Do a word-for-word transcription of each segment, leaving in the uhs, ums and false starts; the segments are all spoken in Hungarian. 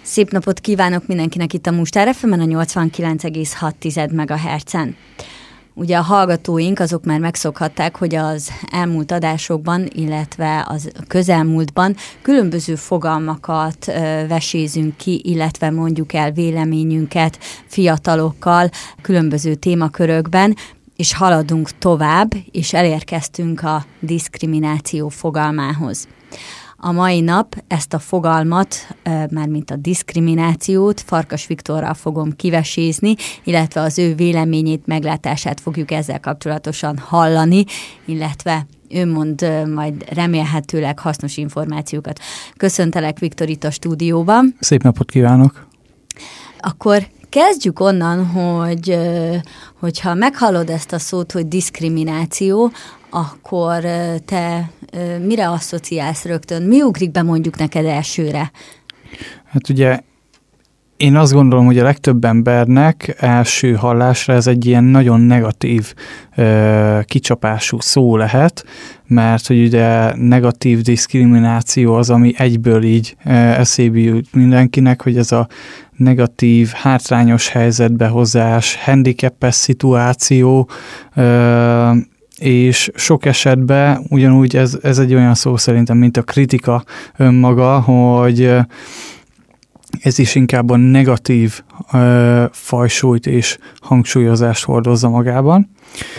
Szép napot kívánok mindenkinek itt a Mustár ef emen a nyolcvankilenc egész hat megahertzen. Ugye a hallgatóink azok már megszokhatták, hogy az elmúlt adásokban, illetve az közelmúltban különböző fogalmakat vesézünk ki, illetve mondjuk el véleményünket fiatalokkal különböző témakörökben, és haladunk tovább, és elérkeztünk a diszkrimináció fogalmához. A mai nap ezt a fogalmat, mármint a diszkriminációt Farkas Viktorral fogom kivesézni, illetve az ő véleményét, meglátását fogjuk ezzel kapcsolatosan hallani, illetve ő mond majd remélhetőleg hasznos információkat. Köszöntelek, Viktor, itt a stúdióban. Szép napot kívánok! Akkor kezdjük onnan, hogy hogyha meghallod ezt a szót, hogy diszkrimináció, akkor te mire asszociálsz rögtön? Mi ugrik be mondjuk neked elsőre? Hát ugye én azt gondolom, hogy a legtöbb embernek első hallásra ez egy ilyen nagyon negatív ö, kicsapású szó lehet, mert hogy ugye negatív diszkrimináció az, ami egyből így ö, eszébe jut mindenkinek, hogy ez a negatív, hátrányos helyzetbe hozás, handicapes szituáció, ö, és sok esetben ugyanúgy ez, ez egy olyan szó szerintem, mint a kritika önmaga, hogy ez is inkább a negatív ö, fajsúlyt és hangsúlyozást hordozza magában.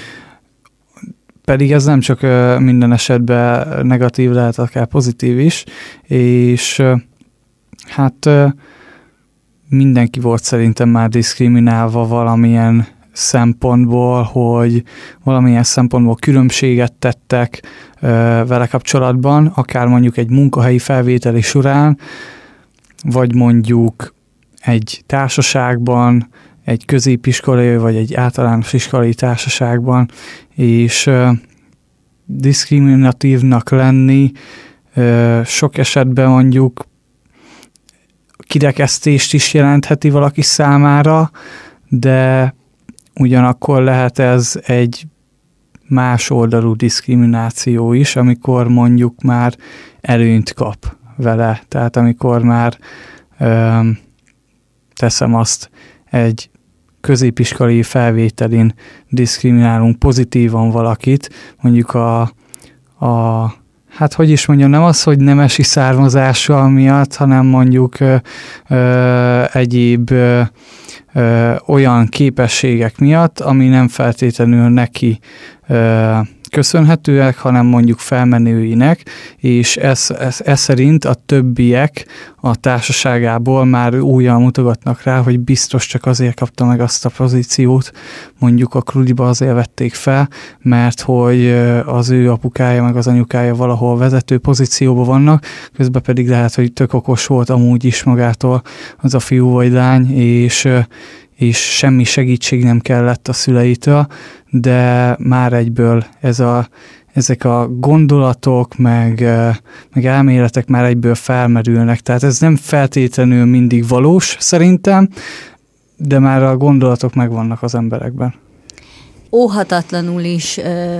Pedig ez nem csak ö, minden esetben negatív, lehet akár pozitív is, és ö, hát ö, mindenki volt szerintem már diszkriminálva valamilyen szempontból, hogy valamilyen szempontból különbséget tettek ö, vele kapcsolatban, akár mondjuk egy munkahelyi felvételi során, vagy mondjuk egy társaságban, egy középiskolai vagy egy általános iskolai társaságban, és ö, diszkriminatívnak lenni ö, sok esetben mondjuk kirekesztést is jelentheti valaki számára, de ugyanakkor lehet ez egy más oldalú diszkrimináció is, amikor mondjuk már előnyt kap vele. Tehát amikor már ö, teszem azt, egy középiskolai felvételin diszkriminálunk pozitívan valakit, mondjuk a, a hát hogy is mondjam, nem az, hogy nemesi származása miatt, hanem mondjuk ö, ö, egyéb ö, ö, olyan képességek miatt, ami nem feltétlenül neki ö, köszönhetőek, hanem mondjuk felmenőinek, és ez, ez, ez szerint a többiek a társaságából már újjal mutogatnak rá, hogy biztos csak azért kapta meg azt a pozíciót, mondjuk a kludiba azért vették fel, mert hogy az ő apukája meg az anyukája valahol vezető pozícióban vannak, közben pedig lehet, hogy tök okos volt amúgy is magától az a fiú vagy lány, és és semmi segítség nem kellett a szüleitől, de már egyből ez a, ezek a gondolatok, meg, meg elméletek már egyből felmerülnek. Tehát ez nem feltétlenül mindig valós szerintem, de már a gondolatok megvannak az emberekben. Óhatatlanul is ö,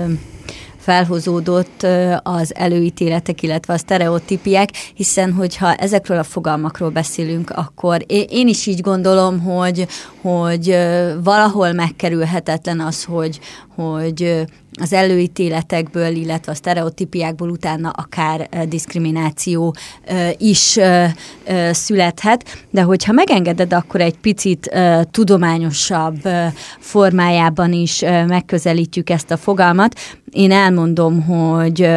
felhozódott az előítéletek, illetve a sztereotípiák, hiszen hogyha ezekről a fogalmakról beszélünk, akkor én is így gondolom, hogy, hogy valahol megkerülhetetlen az, hogy, hogy az előítéletekből, illetve a sztereotípiákból utána akár diszkrimináció is születhet, de hogyha megengeded, akkor egy picit tudományosabb formájában is megközelítjük ezt a fogalmat. Én elmondom, hogy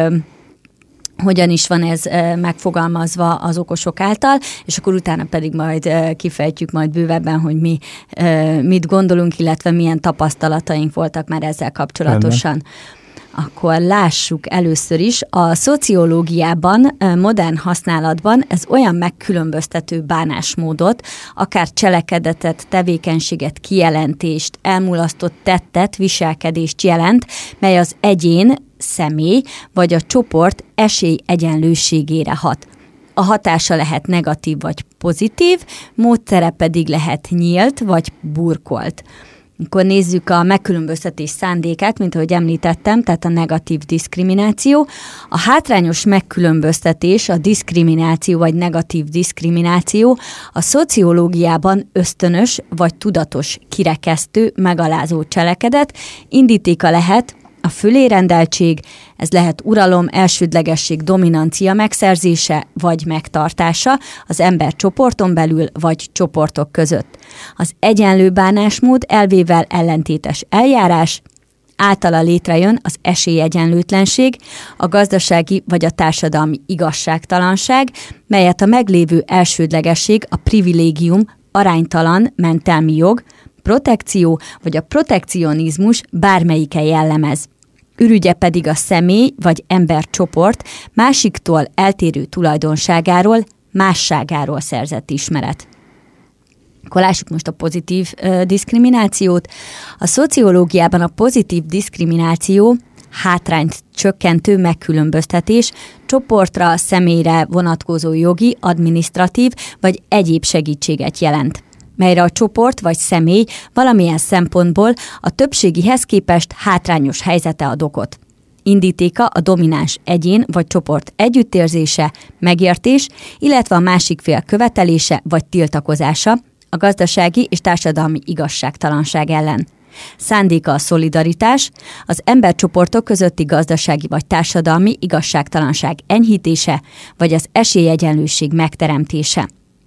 hogyan is van ez megfogalmazva az okosok által, és akkor utána pedig majd kifejtjük majd bővebben, hogy mi mit gondolunk, illetve milyen tapasztalataink voltak már ezzel kapcsolatosan. Rendben. Akkor lássuk először is, a szociológiában, modern használatban ez olyan megkülönböztető bánásmódot, akár cselekedetet, tevékenységet, kijelentést, elmulasztott tettet, viselkedést jelent, mely az egyén, személy vagy a csoport esélyegyenlőségére hat. A hatása lehet negatív vagy pozitív, módszere pedig lehet nyílt vagy burkolt. Akkor nézzük a megkülönböztetés szándékát, mint ahogy említettem, tehát a negatív diszkrimináció. A hátrányos megkülönböztetés, a diszkrimináció vagy negatív diszkrimináció a szociológiában ösztönös vagy tudatos kirekesztő, megalázó cselekedet, indítéka lehet a fölérendeltség, ez lehet uralom, elsődlegesség, dominancia megszerzése vagy megtartása az ember csoporton belül vagy csoportok között. Az egyenlő bánásmód elvével ellentétes eljárás, általa létrejön az esélyegyenlőtlenség, a gazdasági vagy a társadalmi igazságtalanság, melyet a meglévő elsődlegesség, a privilégium, aránytalan mentelmi jog, protekció vagy a protekcionizmus bármelyike jellemez. Ürügye pedig a személy vagy embercsoport másiktól eltérő tulajdonságáról, másságáról szerzett ismeret. Akkor lássuk most a pozitív ö, diszkriminációt. A szociológiában a pozitív diszkrimináció hátrányt csökkentő megkülönböztetés, csoportra, személyre vonatkozó jogi, adminisztratív vagy egyéb segítséget jelent, melyre a csoport vagy személy valamilyen szempontból a többségihez képest hátrányos helyzete ad okot. Indítéka a domináns egyén vagy csoport együttérzése, megértés, illetve a másik fél követelése vagy tiltakozása a gazdasági és társadalmi igazságtalanság ellen. Szándéka a szolidaritás, az embercsoportok közötti gazdasági vagy társadalmi igazságtalanság enyhítése, vagy az esélyegyenlőség megteremtése.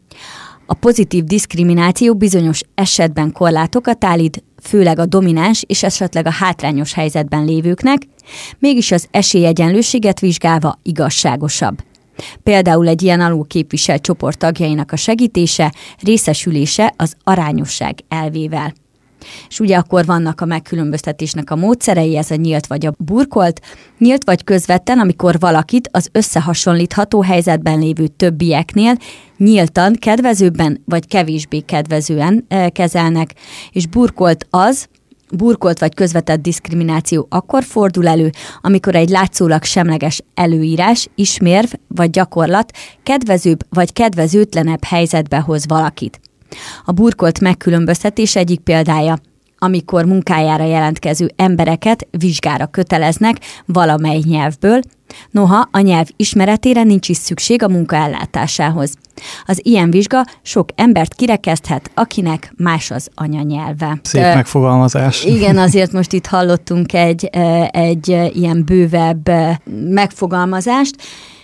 A pozitív diszkrimináció bizonyos esetben korlátokat állít, főleg a domináns és esetleg a hátrányos helyzetben lévőknek, mégis az esélyegyenlőséget vizsgálva igazságosabb. Például egy ilyen alulképviselt csoport tagjainak a segítése, részesülése az arányosság elvével. És ugye akkor vannak a megkülönböztetésnek a módszerei, ez a nyílt vagy a burkolt. Nyílt vagy közvetten, amikor valakit az összehasonlítható helyzetben lévő többieknél nyíltan, kedvezőbben vagy kevésbé kedvezően kezelnek, és burkolt az, burkolt vagy közvetett diszkrimináció akkor fordul elő, amikor egy látszólag semleges előírás, ismérv vagy gyakorlat kedvezőbb vagy kedvezőtlenebb helyzetbe hoz valakit. A burkolt megkülönböztetés egyik példája, amikor munkájára jelentkező embereket vizsgára köteleznek valamely nyelvből, noha a nyelv ismeretére nincs is szükség a munka ellátásához. Az ilyen vizsga sok embert kirekeszthet, akinek más az anyanyelve. Szép Ö, megfogalmazás. Igen, azért most itt hallottunk egy, egy ilyen bővebb megfogalmazást,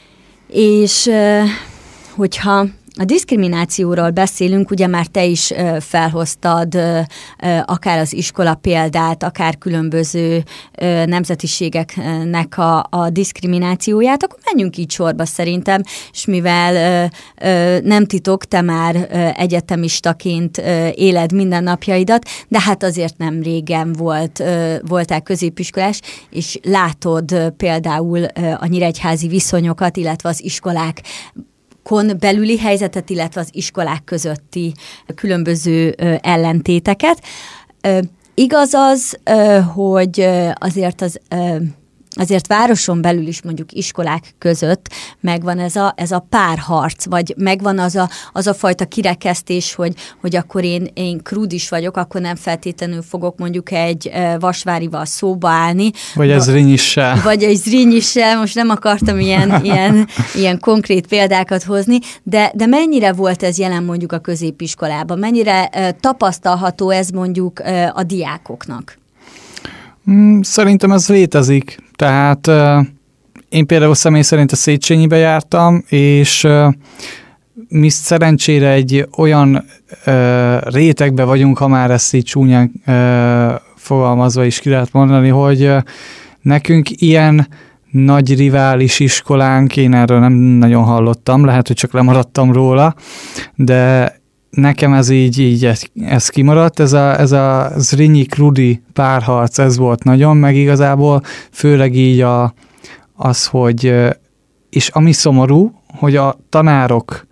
és hogyha a diszkriminációról beszélünk, ugye már te is ö, felhoztad ö, ö, akár az iskola példát, akár különböző ö, nemzetiségeknek a, a diszkriminációját, akkor menjünk így sorba szerintem, és mivel ö, ö, nem titok, te már ö, egyetemistaként ö, éled mindennapjaidat, de hát azért nem régen volt, ö, voltál középiskolás, és látod ö, például ö, a nyíregyházi viszonyokat, illetve az iskolák kon belüli helyzetet, illetve az iskolák közötti különböző ellentéteket. Igaz az, hogy azért az azért városon belül is mondjuk iskolák között megvan ez a, ez a párharc, vagy megvan az a, az a fajta kirekesztés, hogy, hogy akkor én, én krúdis vagyok, akkor nem feltétlenül fogok mondjuk egy vasvárival szóba állni. Vagy egy zrinyissel. Vagy egy zrinyissel, most nem akartam ilyen, ilyen, ilyen konkrét példákat hozni, de, de mennyire volt ez jelen mondjuk a középiskolában? Mennyire tapasztalható ez mondjuk a diákoknak? Szerintem ez létezik. Tehát uh, én például személy szerint a Széchenyibe jártam, és uh, mi szerencsére egy olyan uh, rétegbe vagyunk, ha már ezt így csúnyán uh, fogalmazva is ki lehet mondani, hogy uh, nekünk ilyen nagy rivális iskolánk, én erről nem nagyon hallottam, lehet, hogy csak lemaradtam róla, de nekem ez így, így ez, ez kimaradt, ez a, ez a Zrínyi-Krudi párharc, ez volt nagyon, meg igazából főleg így a, az, hogy, és ami szomorú, hogy a tanárok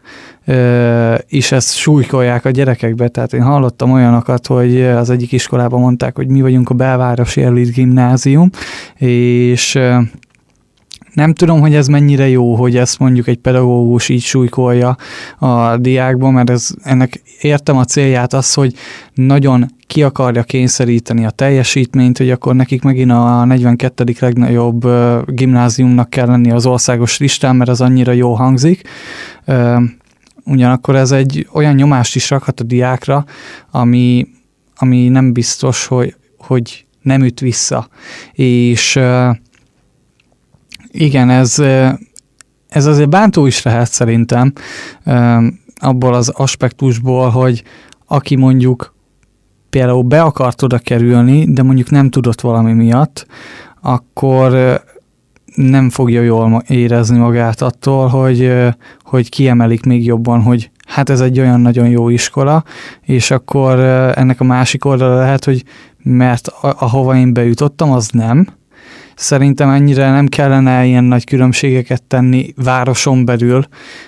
is ezt súlykolják a gyerekekbe, tehát én hallottam olyanokat, hogy az egyik iskolában mondták, hogy mi vagyunk a belvárosi elit gimnázium, és Nem tudom, hogy ez mennyire jó, hogy ezt mondjuk egy pedagógus így súlykolja a diákba, mert ez, ennek értem a célját az, hogy nagyon ki akarja kényszeríteni a teljesítményt, hogy akkor nekik megint a negyvenkettedik legnagyobb gimnáziumnak kell lenni az országos listán, mert az annyira jó hangzik. Ugyanakkor ez egy olyan nyomást is rakhat a diákra, ami, ami nem biztos, hogy, hogy nem üt vissza. És igen, ez, ez azért bántó is lehet szerintem abból az aspektusból, hogy aki mondjuk például be akart oda kerülni, de mondjuk nem tudott valami miatt, akkor nem fogja jól érezni magát attól, hogy, hogy kiemelik még jobban, hogy hát ez egy olyan nagyon jó iskola, és akkor ennek a másik oldala lehet, hogy mert ahova én bejutottam, az nem. Szerintem ennyire nem kellene ilyen nagy különbségeket tenni városon belül,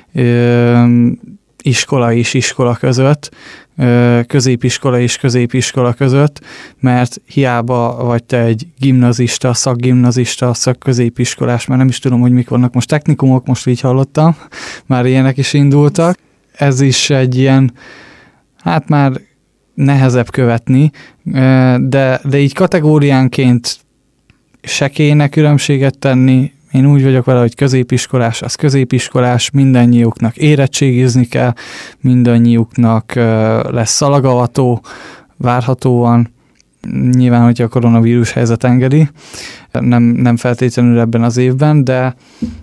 iskola és iskola között, középiskola és középiskola között, mert hiába vagy te egy gimnazista, szakgimnazista, szakközépiskolás, mert nem is tudom, hogy mik vannak most technikumok, most így hallottam, már ilyenek is indultak. Ez is egy ilyen, hát már nehezebb követni, de, de így kategóriánként se kéne különbséget tenni. Én úgy vagyok vele, hogy középiskolás, az középiskolás, mindannyiuknak érettségizni kell, mindannyiuknak lesz szalagavató, várhatóan, nyilván, hogyha a koronavírus helyzet engedi, nem, nem feltétlenül ebben az évben, de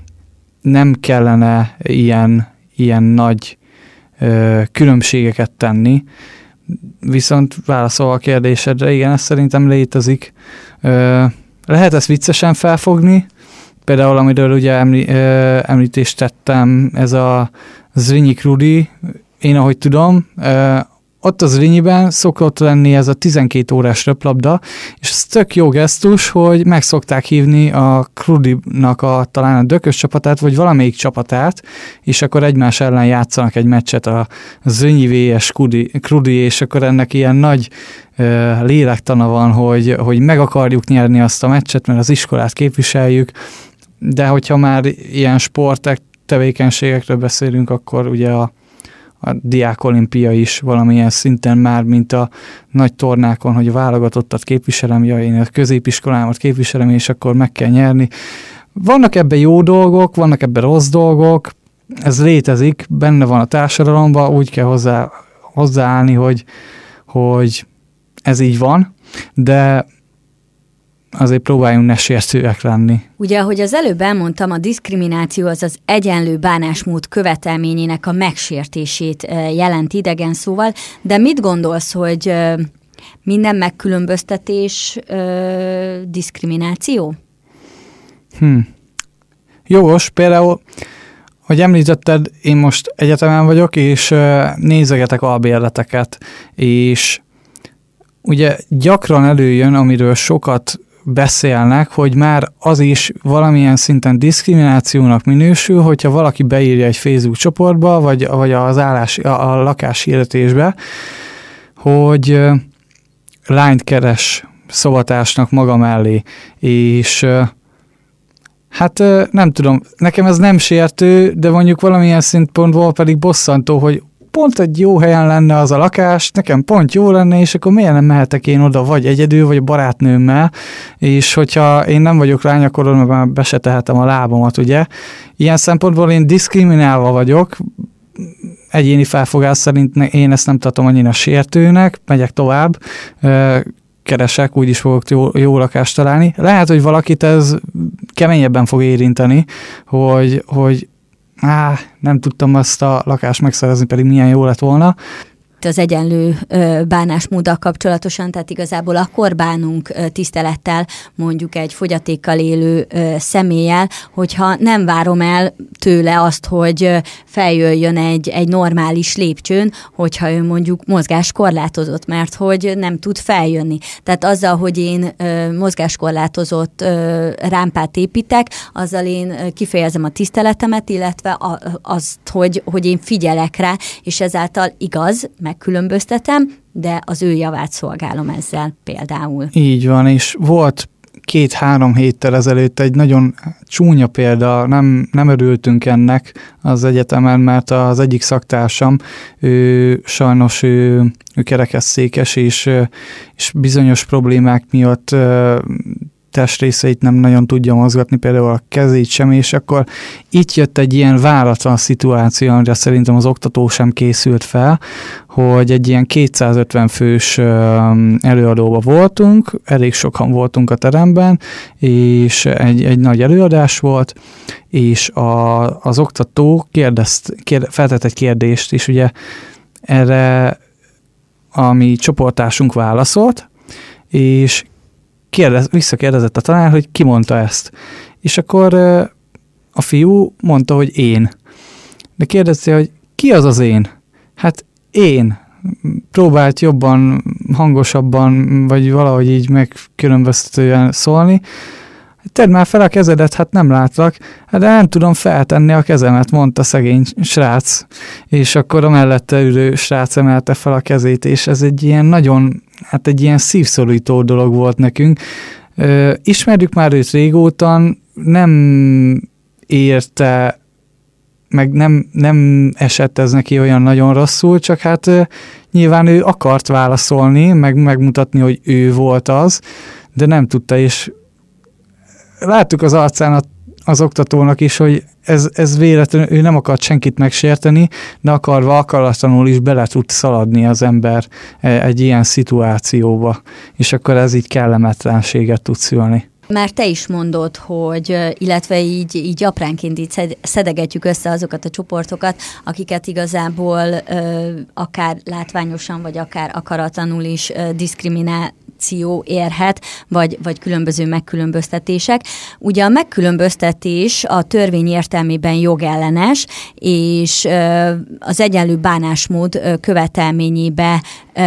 nem kellene ilyen, ilyen nagy ö, különbségeket tenni. Viszont válaszolva a kérdésedre, igen, ez szerintem létezik. Ö, lehet ezt viccesen felfogni, például, amiről ugye emlí, ö, említést tettem, ez a Zrínyi Krudi, én ahogy tudom, ö, ott az Zrínyiben szokott lenni ez a tizenkét órás röplabda, és ez tök jó gesztus, hogy meg szokták hívni a Krudinak a, talán a Dökös csapatát, vagy valamelyik csapatát, és akkor egymás ellen játszanak egy meccset a Zrínyi vé es Krudi, Krudi, és akkor ennek ilyen nagy ö, lélektana van, hogy, hogy meg akarjuk nyerni azt a meccset, mert az iskolát képviseljük, de hogyha már ilyen sportek, tevékenységekről beszélünk, akkor ugye a a diákolimpia is valamilyen szinten már, mint a nagy tornákon, hogy a válogatottat képviselem, ja, én a középiskolámat képviselem, és akkor meg kell nyerni. Vannak ebben jó dolgok, vannak ebben rossz dolgok, ez létezik, benne van a társadalomban, úgy kell hozzá, hozzáállni, hogy, hogy ez így van, de azért próbáljunk ne sértőek lenni. Ugye, ahogy az előbb elmondtam, a diszkrimináció az az egyenlő bánásmód követelményének a megsértését jelent idegen szóval, de mit gondolsz, hogy minden megkülönböztetés diszkrimináció? Hm. Jogos, például, hogy említetted, én most egyetemen vagyok, és nézegetek albérleteket, és ugye gyakran előjön, amiről sokat beszélnek, hogy már az is valamilyen szinten diszkriminációnak minősül, hogyha valaki beírja egy Facebook csoportba, vagy, vagy az állás, a, a lakáshirdetésbe, hogy lányt keres szobatársnak maga mellé, és hát nem tudom, nekem ez nem sértő, de mondjuk valamilyen szempontból pedig bosszantó, hogy pont egy jó helyen lenne az a lakás, nekem pont jó lenne, és akkor miért nem mehetek én oda, vagy egyedül, vagy a barátnőmmel, és hogyha én nem vagyok lány, akkor már be se tehetem a lábamat, ugye. Ilyen szempontból én diszkriminálva vagyok, egyéni felfogás szerint én ezt nem tartom annyira sértőnek, megyek tovább, keresek, úgyis fogok jó, jó lakást találni. Lehet, hogy valakit ez keményebben fog érinteni, hogy, hogy Á, nem tudtam azt a lakást megszerezni, pedig milyen jó lett volna. Az egyenlő bánásmóddal kapcsolatosan, tehát igazából akkor bánunk tisztelettel mondjuk egy fogyatékkal élő személlyel, hogyha nem várom el tőle azt, hogy feljöjjön egy, egy normális lépcsőn, hogyha ő mondjuk mozgáskorlátozott, mert hogy nem tud feljönni. Tehát azzal, hogy én mozgáskorlátozott rámpát építek, azzal én kifejezem a tiszteletemet, illetve azt, hogy, hogy én figyelek rá, és ezáltal igaz, megkülönböztetem, de az ő javát szolgálom ezzel például. Így van, és volt két-három héttel ezelőtt egy nagyon csúnya példa, nem, nem örültünk ennek az egyetemen, mert az egyik szaktársam, ő sajnos ő, ő kerekesszékes, és, és bizonyos problémák miatt testrészeit nem nagyon tudja mozgatni, például a kezét sem, és akkor itt jött egy ilyen váratlan szituáció, amire szerintem az oktató sem készült fel, hogy egy ilyen kétszázötven fős előadóban voltunk, elég sokan voltunk a teremben, és egy, egy nagy előadás volt, és a, az oktató kérdezt, kérde, feltett egy kérdést, és ugye erre a mi csoporttársunk válaszolt, és Kérdez, visszakérdezett a tanár, hogy ki mondta ezt. És akkor a fiú mondta, hogy én. De kérdezte, hogy ki az az én? Hát én. Próbált jobban, hangosabban, vagy valahogy így megkülönböztetően szólni. Tedd már fel a kezedet, hát nem látlak. Hát de nem tudom feltenni a kezemet, mondta szegény srác. És akkor a mellette ülő srác emelte fel a kezét, és ez egy ilyen nagyon, hát egy ilyen szívszorító dolog volt nekünk. Ö, ismerjük már őt régóta, nem érte, meg nem, nem esett ez neki olyan nagyon rosszul, csak hát ö, nyilván ő akart válaszolni, meg megmutatni, hogy ő volt az, de nem tudta, és láttuk az arcán az oktatónak is, hogy ez, ez véletlenül, ő nem akart senkit megsérteni, de akarva akaratlanul is bele tud szaladni az ember egy ilyen szituációba, és akkor ez így kellemetlenséget tud szülni. Már te is mondod, hogy, illetve így, így apránként így szedegetjük össze azokat a csoportokat, akiket igazából akár látványosan, vagy akár akaratlanul is diszkriminál, érhet, vagy, vagy különböző megkülönböztetések. Ugye a megkülönböztetés a törvény értelmében jogellenes, és az egyenlő bánásmód követelményébe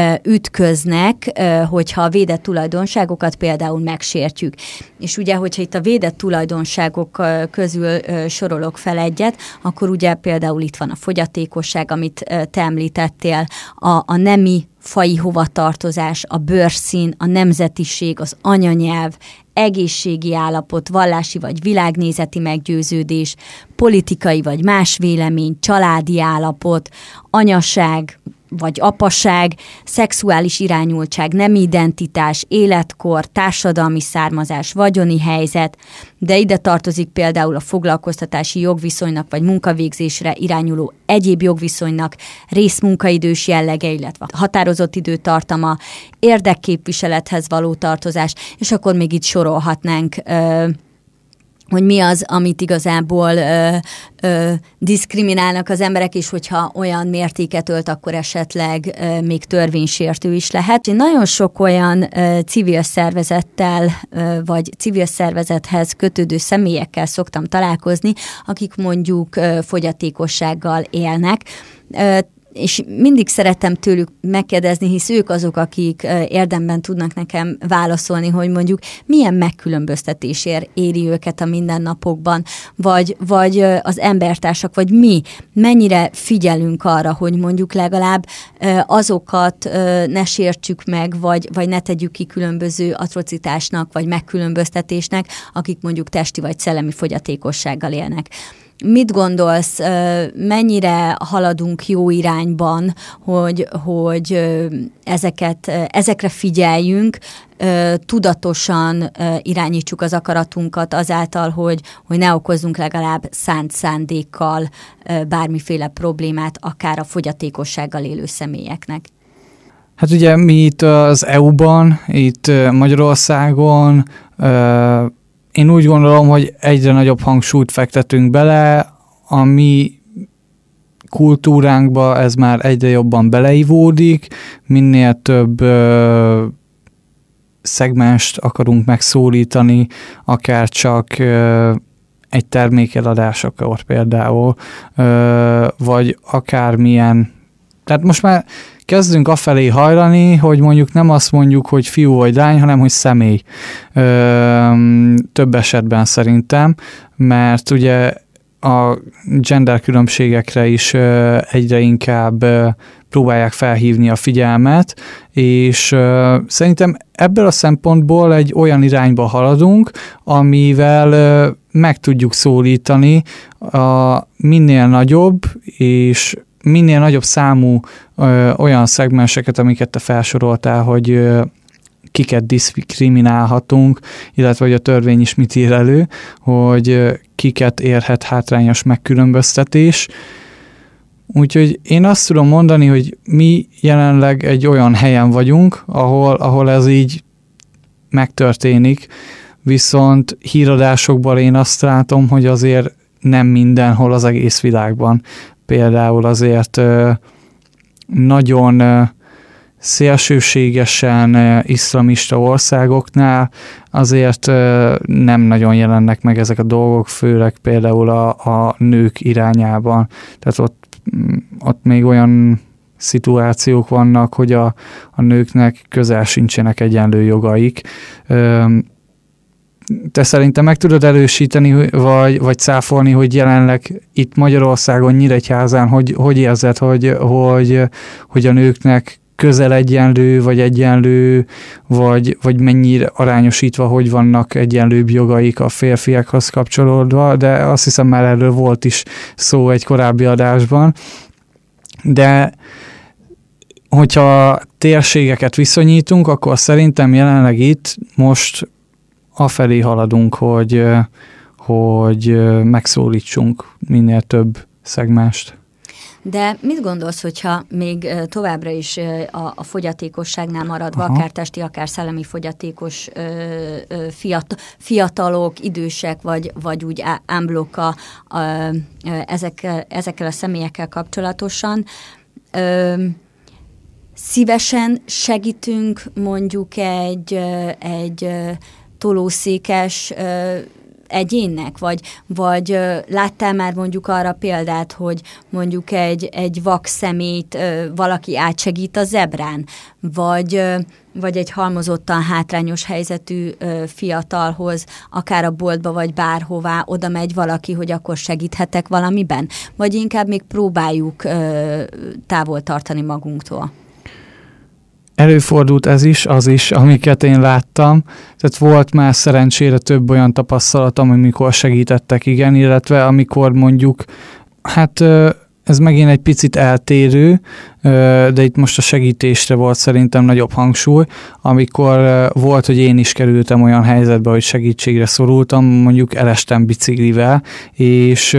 ütköznek, hogyha a védett tulajdonságokat például megsértjük. És ugye, hogyha itt a védett tulajdonságok közül sorolok fel egyet, akkor ugye például itt van a fogyatékosság, amit te említettél, a, a nemi faji hovatartozás, a bőrszín, a nemzetiség, az anyanyelv, egészségi állapot, vallási vagy világnézeti meggyőződés, politikai vagy más vélemény, családi állapot, anyaság vagy apaság, szexuális irányultság, nemi identitás, életkor, társadalmi származás, vagyoni helyzet, de ide tartozik például a foglalkoztatási jogviszonynak vagy munkavégzésre irányuló egyéb jogviszonynak részmunkaidős jellege, illetve határozott időtartama, érdekképviselethez való tartozás, és akkor még itt sorolhatnánk, hogy mi az, amit igazából ö, ö, diszkriminálnak az emberek, és hogyha olyan mértéket ölt, akkor esetleg ö, még törvénysértő is lehet. Én nagyon sok olyan ö, civil szervezettel, ö, vagy civil szervezethez kötődő személyekkel szoktam találkozni, akik mondjuk ö, fogyatékossággal élnek, ö, és mindig szeretem tőlük megkérdezni, hisz ők azok, akik érdemben tudnak nekem válaszolni, hogy mondjuk milyen megkülönböztetés éri őket a mindennapokban, vagy, vagy az embertársak, vagy mi mennyire figyelünk arra, hogy mondjuk legalább azokat ne sértsük meg, vagy, vagy ne tegyük ki különböző atrocitásnak, vagy megkülönböztetésnek, akik mondjuk testi vagy szellemi fogyatékossággal élnek. Mit gondolsz, mennyire haladunk jó irányban, hogy, hogy ezeket, ezekre figyeljünk, tudatosan irányítsuk az akaratunkat azáltal, hogy, hogy ne okozzunk legalább szánt szándékkal bármiféle problémát, akár a fogyatékossággal élő személyeknek? Hát ugye mi itt az é u-ban, itt Magyarországon, én úgy gondolom, hogy egyre nagyobb hangsúlyt fektetünk bele, a mi kultúránkba ez már egyre jobban beleivódik, minél több ö, szegmenst akarunk megszólítani, akár csak ö, egy termékeladásakor például, ö, vagy akármilyen. Tehát most már kezdünk afelé hajlani, hogy mondjuk nem azt mondjuk, hogy fiú vagy lány, hanem hogy személy. Ö, több esetben szerintem, mert ugye a gender különbségekre is egyre inkább próbálják felhívni a figyelmet, és szerintem ebből a szempontból egy olyan irányba haladunk, amivel meg tudjuk szólítani a minél nagyobb és minél nagyobb számú olyan szegmenseket, amiket te felsoroltál, hogy kiket diszkriminálhatunk, illetve hogy a törvény is mit ír elő, hogy kiket érhet hátrányos megkülönböztetés. Úgyhogy én azt tudom mondani, hogy mi jelenleg egy olyan helyen vagyunk, ahol, ahol ez így megtörténik, viszont híradásokban én azt látom, hogy azért nem mindenhol az egész világban. Például azért nagyon szélsőségesen iszlamista országoknál azért nem nagyon jelennek meg ezek a dolgok, főleg például a, a nők irányában. Tehát ott, ott még olyan szituációk vannak, hogy a, a nőknek közel sincsenek egyenlő jogaik. Te szerintem meg tudod erősíteni, vagy, vagy cáfolni, hogy jelenleg itt Magyarországon, Nyíregyházán, hogy, hogy érzed, hogy, hogy, hogy a nőknek közel egyenlő, vagy egyenlő, vagy, vagy mennyire arányosítva, hogy vannak egyenlőbb jogaik a férfiakhoz kapcsolódva, de azt hiszem már erről volt is szó egy korábbi adásban. De hogyha térségeket viszonyítunk, akkor szerintem jelenleg itt most afelé haladunk, hogy, hogy megszólítsunk minél több szegmást. De mit gondolsz, hogyha még továbbra is a, a fogyatékosságnál maradva, Aha. akár testi, akár szellemi fogyatékos ö, ö, fiatal, fiatalok, idősek, vagy, vagy úgy ámblok a, a, ezek, ezekkel a személyekkel kapcsolatosan, ö, szívesen segítünk mondjuk egy, egy tolószékes egyénnek, vagy, vagy láttál már mondjuk arra példát, hogy mondjuk egy, egy vak személyt valaki átsegít a zebrán, vagy, vagy egy halmozottan hátrányos helyzetű fiatalhoz, akár a boltba, vagy bárhová oda megy valaki, hogy akkor segíthetek valamiben, vagy inkább még próbáljuk távol tartani magunktól. Előfordult ez is, az is, amiket én láttam. Tehát volt már szerencsére több olyan tapasztalatom, amikor segítettek, igen, illetve amikor mondjuk, hát ez megint egy picit eltérő, de itt most a segítésre volt szerintem nagyobb hangsúly, amikor volt, hogy én is kerültem olyan helyzetbe, hogy segítségre szorultam, mondjuk elestem biciklivel, és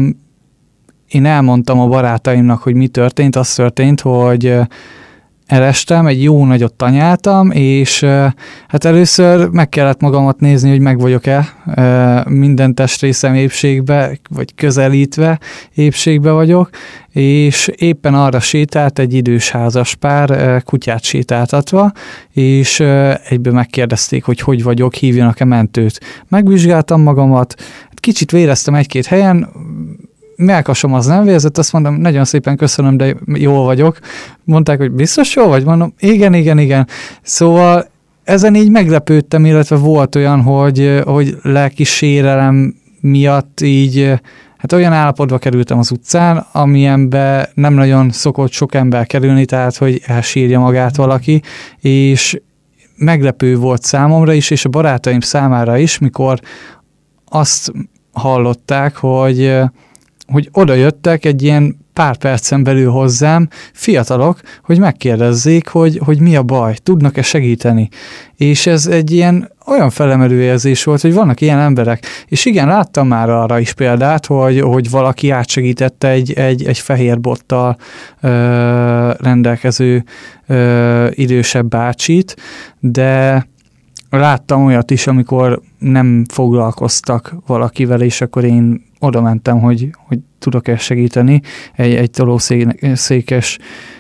én elmondtam a barátaimnak, hogy mi történt. Az történt, hogy elestem, egy jó nagyot tanyáltam, és hát először meg kellett magamat nézni, hogy meg vagyok-e minden testrészem épségbe, vagy közelítve épségbe vagyok, és éppen arra sétált egy idős házas pár, kutyát sétáltatva, és egyben megkérdezték, hogy hogy vagyok, hívjanak-e mentőt. Megvizsgáltam magamat, kicsit véreztem egy-két helyen, melkasom az nem vérzett, azt mondom, nagyon szépen köszönöm, de jól vagyok. Mondták, hogy biztos jól vagy? Mondom, igen, igen, igen. Szóval ezen így meglepődtem, illetve volt olyan, hogy, hogy lelki sérelem miatt így, hát olyan állapotba kerültem az utcán, amilyenbe nem nagyon szokott sok ember kerülni, tehát, hogy elsírja magát valaki, és meglepő volt számomra is, és a barátaim számára is, mikor azt hallották, hogy hogy oda jöttek egy ilyen pár percen belül hozzám fiatalok, hogy megkérdezzék, hogy, hogy mi a baj, tudnak-e segíteni. És ez egy ilyen olyan felemelő érzés volt, hogy vannak ilyen emberek. És igen, láttam már arra is példát, hogy, hogy valaki átsegítette egy, egy, egy fehér bottal ö, rendelkező ö, idősebb bácsit, de láttam olyat is, amikor nem foglalkoztak valakivel, és akkor én oda mentem, hogy, hogy tudok-e segíteni. Egy, egy tolószékes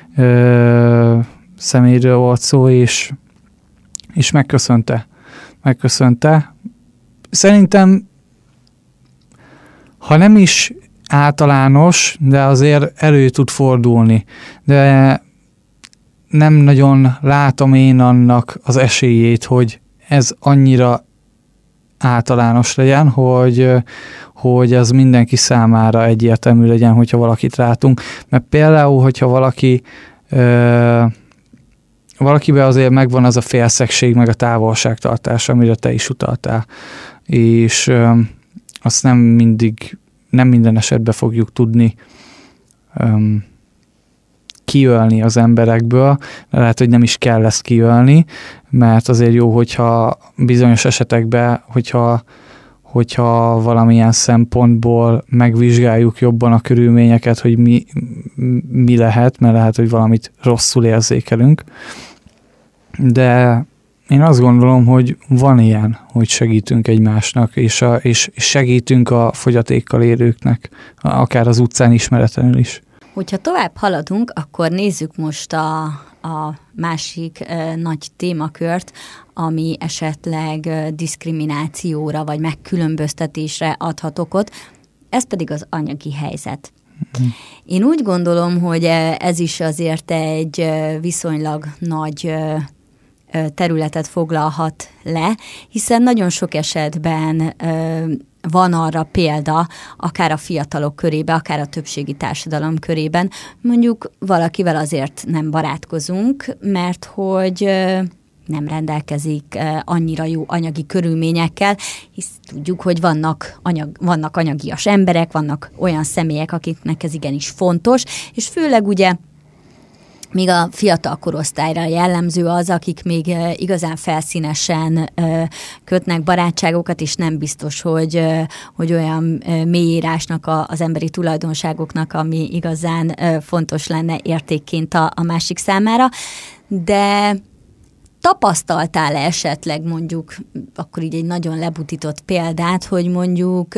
ö, személyről volt szó, és, és megköszönte. Megköszönte. Szerintem, ha nem is általános, de azért elő tud fordulni. De nem nagyon látom én annak az esélyét, hogy ez annyira általános legyen, hogy, hogy ez mindenki számára egyértelmű legyen, hogyha valakit látunk. Mert például, hogyha valaki ö, valakiben azért megvan az a félszegség, meg a távolságtartás, amire te is utaltál. És ö, azt nem mindig, nem minden esetben fogjuk tudni ö, kiölni az emberekből, lehet, hogy nem is kell ezt kiölni, mert azért jó, hogyha bizonyos esetekben, hogyha, hogyha valamilyen szempontból megvizsgáljuk jobban a körülményeket, hogy mi, mi lehet, mert lehet, hogy valamit rosszul érzékelünk. De én azt gondolom, hogy van ilyen, hogy segítünk egymásnak, és, a, és segítünk a fogyatékkal élőknek, akár az utcán ismeretlenül is. Hogyha tovább haladunk, akkor nézzük most a, a másik e, nagy témakört, ami esetleg e, diszkriminációra vagy megkülönböztetésre adhat okot, ez pedig az anyagi helyzet. Mm. Én úgy gondolom, hogy ez is azért egy viszonylag nagy területet foglalhat le, hiszen nagyon sok esetben van arra példa, akár a fiatalok körébe, akár a többségi társadalom körében, mondjuk valakivel azért nem barátkozunk, mert hogy nem rendelkezik annyira jó anyagi körülményekkel, hisz tudjuk, hogy vannak, anyag, vannak anyagias emberek, vannak olyan személyek, akiknek ez igenis fontos, és főleg ugye míg a fiatal korosztályra jellemző az, akik még igazán felszínesen kötnek barátságokat, és nem biztos, hogy, hogy olyan mélyírásnak az emberi tulajdonságoknak, ami igazán fontos lenne értékként a, a másik számára. De tapasztaltál esetleg mondjuk, akkor így egy nagyon lebutított példát, hogy mondjuk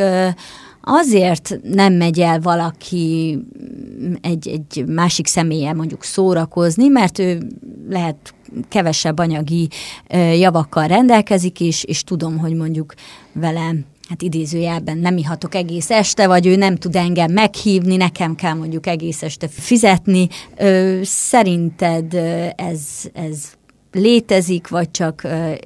azért nem megy el valaki egy, egy másik személlyel mondjuk szórakozni, mert ő lehet kevesebb anyagi javakkal rendelkezik, és, és tudom, hogy mondjuk vele, hát idézőjelben nem ihatok egész este, vagy ő nem tud engem meghívni, nekem kell mondjuk egész este fizetni. Szerinted ez, ez létezik, vagy csak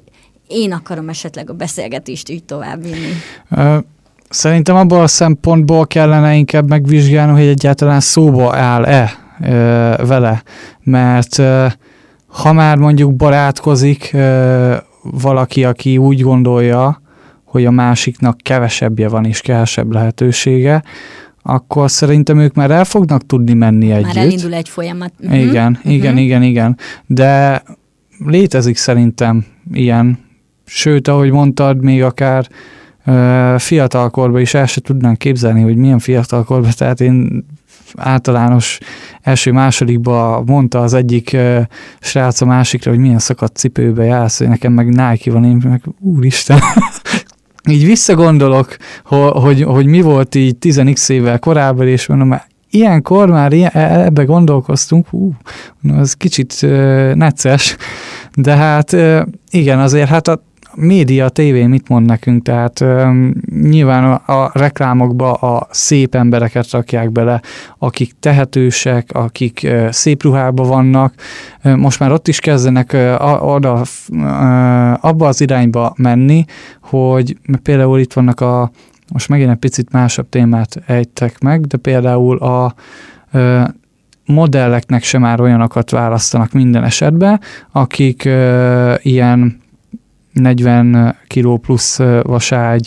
én akarom esetleg a beszélgetést így továbbvinni? Uh. Szerintem abból a szempontból kellene inkább megvizsgálni, hogy egyáltalán szóba áll-e ö, vele, mert ö, ha már mondjuk barátkozik ö, valaki, aki úgy gondolja, hogy a másiknak kevesebbje van és kevesebb lehetősége, akkor szerintem ők már el fognak tudni menni együtt. Már elindul egy folyamat. Uh-huh. Igen, uh-huh. igen, igen, igen. De létezik szerintem ilyen, sőt, ahogy mondtad, még akár fiatalkorban is el se tudnánk képzelni, hogy milyen fiatalkorban, tehát én általános első-másodikban mondta az egyik uh, srác a másikra, hogy milyen szakadt cipőbe jársz, hogy nekem meg Nike van, én meg úristen. Így visszagondolok, hogy, hogy, hogy mi volt így tíz x évvel korábban, és mondom, már ilyenkor már ilyen, ebbe gondolkoztunk, hú, az kicsit uh, necces, de hát uh, igen, azért hát a média, a tévé mit mond nekünk, tehát um, nyilván a, a reklámokba a szép embereket rakják bele, akik tehetősek, akik uh, szép ruhában vannak, uh, most már ott is kezdenek uh, oda, uh, abba az irányba menni, hogy például itt vannak a, most megint egy picit másabb témát ejtek meg, de például a uh, modelleknek sem már olyanokat választanak minden esetben, akik uh, ilyen negyven kiló plusz vaságy,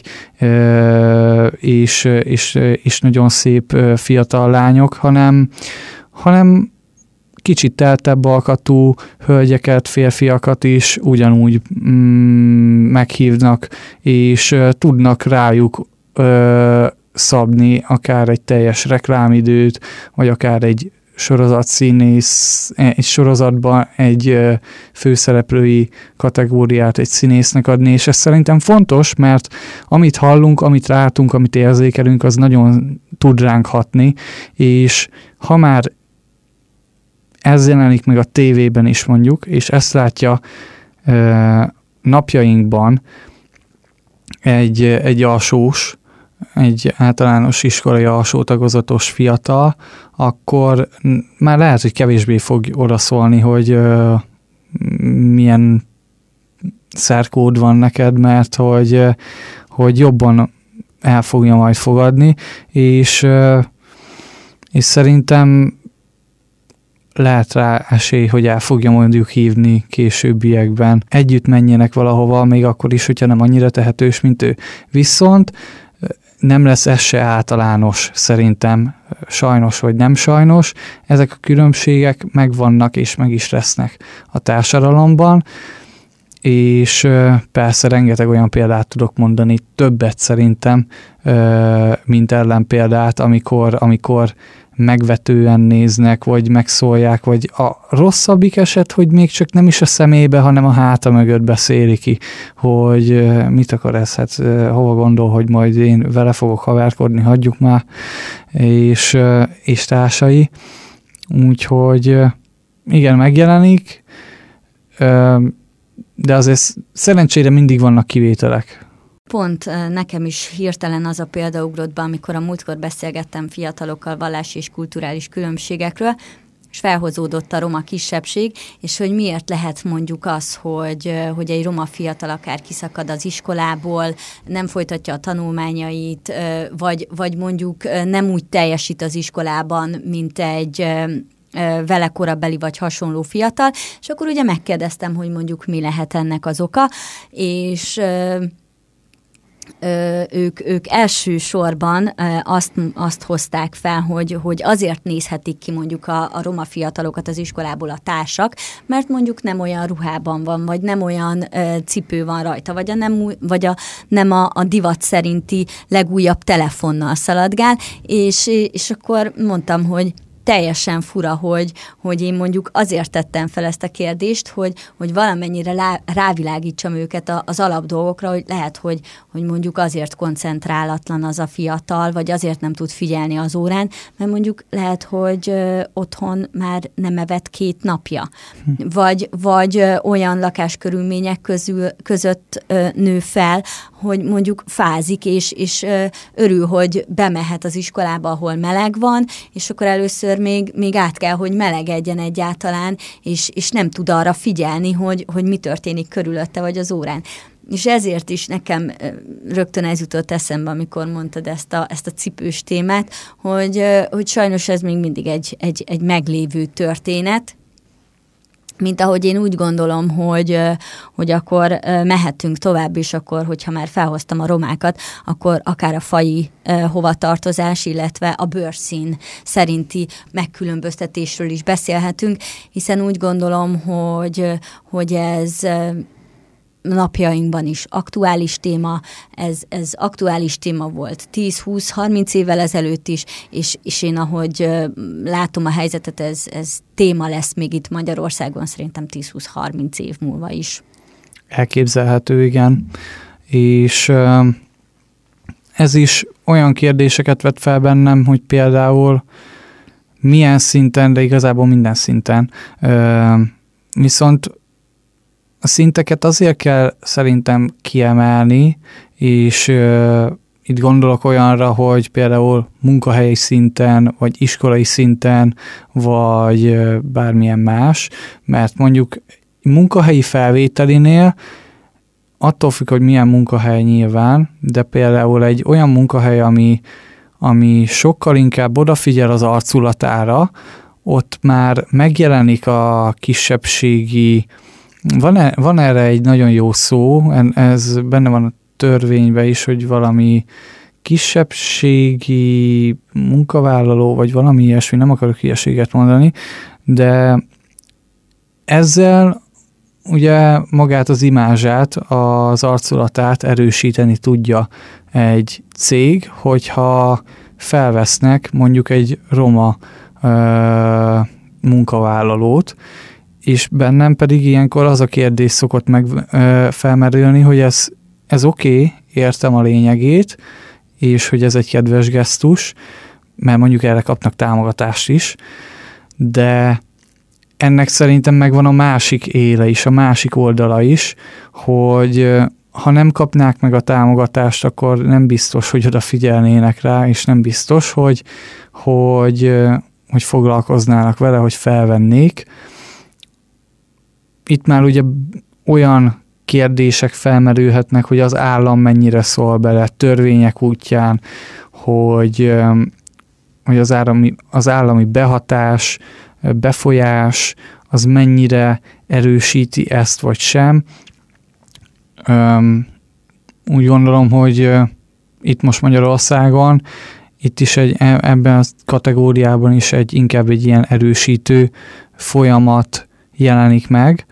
és, és, és nagyon szép fiatal lányok, hanem, hanem kicsit teltebb alkatú hölgyeket, férfiakat is ugyanúgy mm, meghívnak, és tudnak rájuk ö, szabni akár egy teljes reklámidőt, vagy akár egy sorozatszínész, egy sorozatban egy főszereplői kategóriát egy színésznek adni, és ez szerintem fontos, mert amit hallunk, amit látunk, amit érzékelünk, az nagyon tud ránk hatni, és ha már ez jelenik meg a tévében is mondjuk, és ezt látja napjainkban egy, egy alsós, egy általános iskolai alsó tagozatos fiatal, akkor már lehet, hogy kevésbé fog odaszólni, hogy uh, milyen szerkód van neked, mert hogy, uh, hogy jobban el fogja majd fogadni, és, és szerintem lehet rá esély, hogy el fogja mondjuk hívni későbbiekben. Együtt menjenek valahova, még akkor is, hogyha nem annyira tehetős, mint ő. Viszont nem lesz ez se általános, szerintem, sajnos vagy nem sajnos. Ezek a különbségek megvannak és meg is lesznek a társadalomban, és persze rengeteg olyan példát tudok mondani, többet szerintem, mint ellenpéldát, amikor, amikor megvetően néznek, vagy megszólják, vagy a rosszabbik eset, hogy még csak nem is a szemébe, hanem a háta mögött beszéli ki, hogy mit akar ez, hát hova gondol, hogy majd én vele fogok haverkodni, hagyjuk már, és, és társai. Úgyhogy igen, megjelenik, de azért szerencsére mindig vannak kivételek. Pont nekem is hirtelen az a példa ugrott be, amikor a múltkor beszélgettem fiatalokkal vallási és kulturális különbségekről, és felhozódott a roma kisebbség, és hogy miért lehet mondjuk az, hogy, hogy egy roma fiatal akár kiszakad az iskolából, nem folytatja a tanulmányait, vagy, vagy mondjuk nem úgy teljesít az iskolában, mint egy vele korabeli vagy hasonló fiatal, és akkor ugye megkérdeztem, hogy mondjuk mi lehet ennek az oka, és ők, ők elsősorban azt, azt hozták fel, hogy, hogy azért nézhetik ki mondjuk a, a roma fiatalokat az iskolából a társak, mert mondjuk nem olyan ruhában van, vagy nem olyan ö, cipő van rajta, vagy a nem, vagy a, nem a, a divat szerinti legújabb telefonnal szaladgál, és, és akkor mondtam, hogy teljesen fura, hogy, hogy én mondjuk azért tettem fel ezt a kérdést, hogy, hogy valamennyire lá, rávilágítsam őket az alapdolgokra, hogy lehet, hogy, hogy mondjuk azért koncentrálatlan az a fiatal, vagy azért nem tud figyelni az órán, mert mondjuk lehet, hogy ö, otthon már nem evett két napja, hm. vagy, vagy ö, olyan lakáskörülmények közül, között ö, nő fel, hogy mondjuk fázik, és, és ö, örül, hogy bemehet az iskolába, ahol meleg van, és akkor először Még, még át kell, hogy melegedjen egyáltalán, és, és nem tud arra figyelni, hogy, hogy mi történik körülötte vagy az órán. És ezért is nekem rögtön ez jutott eszembe, amikor mondtad ezt a, ezt a cipős témát, hogy, hogy sajnos ez még mindig egy, egy, egy meglévő történet, mint ahogy én úgy gondolom, hogy, hogy akkor mehetünk tovább is, akkor, hogyha már felhoztam a romákat, akkor akár a faji hovatartozás, illetve a bőrszín szerinti megkülönböztetésről is beszélhetünk, hiszen úgy gondolom, hogy, hogy ez napjainkban is aktuális téma, ez, ez aktuális téma volt tíz, húsz, harminc évvel ezelőtt is, és, és én ahogy látom a helyzetet, ez, ez téma lesz még itt Magyarországon szerintem tíz, húsz, harminc év múlva is. Elképzelhető, igen. És ez is olyan kérdéseket vet fel bennem, hogy például milyen szinten, de igazából minden szinten. Viszont a szinteket azért kell szerintem kiemelni, és uh, itt gondolok olyanra, hogy például munkahelyi szinten, vagy iskolai szinten, vagy uh, bármilyen más, mert mondjuk munkahelyi felvételinél attól függ, hogy milyen munkahely nyilván, de például egy olyan munkahely, ami, ami sokkal inkább odafigyel az arculatára, ott már megjelenik a kisebbségi. Van, e, van erre egy nagyon jó szó, ez benne van a törvényben is, hogy valami kisebbségi munkavállaló, vagy valami ilyesmi, nem akarok hülyeséget mondani, de ezzel ugye magát az imázsát, az arculatát erősíteni tudja egy cég, hogyha felvesznek mondjuk egy roma ö, munkavállalót, és bennem pedig ilyenkor az a kérdés szokott meg ö, felmerülni, hogy ez, ez oké, okay, értem a lényegét, és hogy ez egy kedves gesztus, mert mondjuk erre kapnak támogatást is, de ennek szerintem megvan a másik éle is, a másik oldala is, hogy ha nem kapnák meg a támogatást, akkor nem biztos, hogy odafigyelnének rá, és nem biztos, hogy, hogy, hogy foglalkoznának vele, hogy felvennék. Itt már ugye olyan kérdések felmerülhetnek, hogy az állam mennyire szól bele törvények útján, hogy, hogy az, állami, az állami behatás, befolyás, az mennyire erősíti ezt vagy sem. Úgy gondolom, hogy itt most Magyarországon, itt is egy, ebben a kategóriában is egy, inkább egy ilyen erősítő folyamat jelenik meg.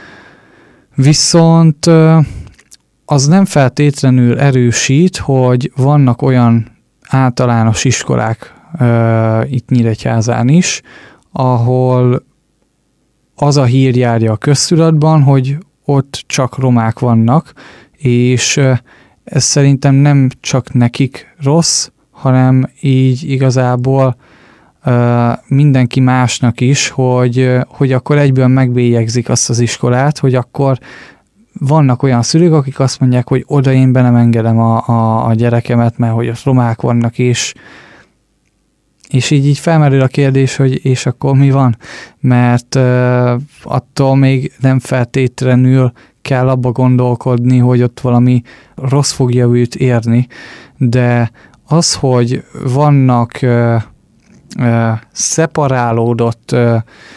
Viszont az nem feltétlenül erősít, hogy vannak olyan általános iskolák itt Nyíregyházán is, ahol az a hír járja a köztudatban, hogy ott csak romák vannak, és ez szerintem nem csak nekik rossz, hanem így igazából uh, mindenki másnak is, hogy, hogy akkor egyből megbélyegzik azt az iskolát, hogy akkor vannak olyan szülők, akik azt mondják, hogy oda én be nem engedem a, a, a gyerekemet, mert hogy ott romák vannak, és, és így, így felmerül a kérdés, hogy és akkor mi van? Mert uh, attól még nem feltétlenül kell abba gondolkodni, hogy ott valami rossz fogja őt érni, de az, hogy vannak ö, ö, szeparálódott ö,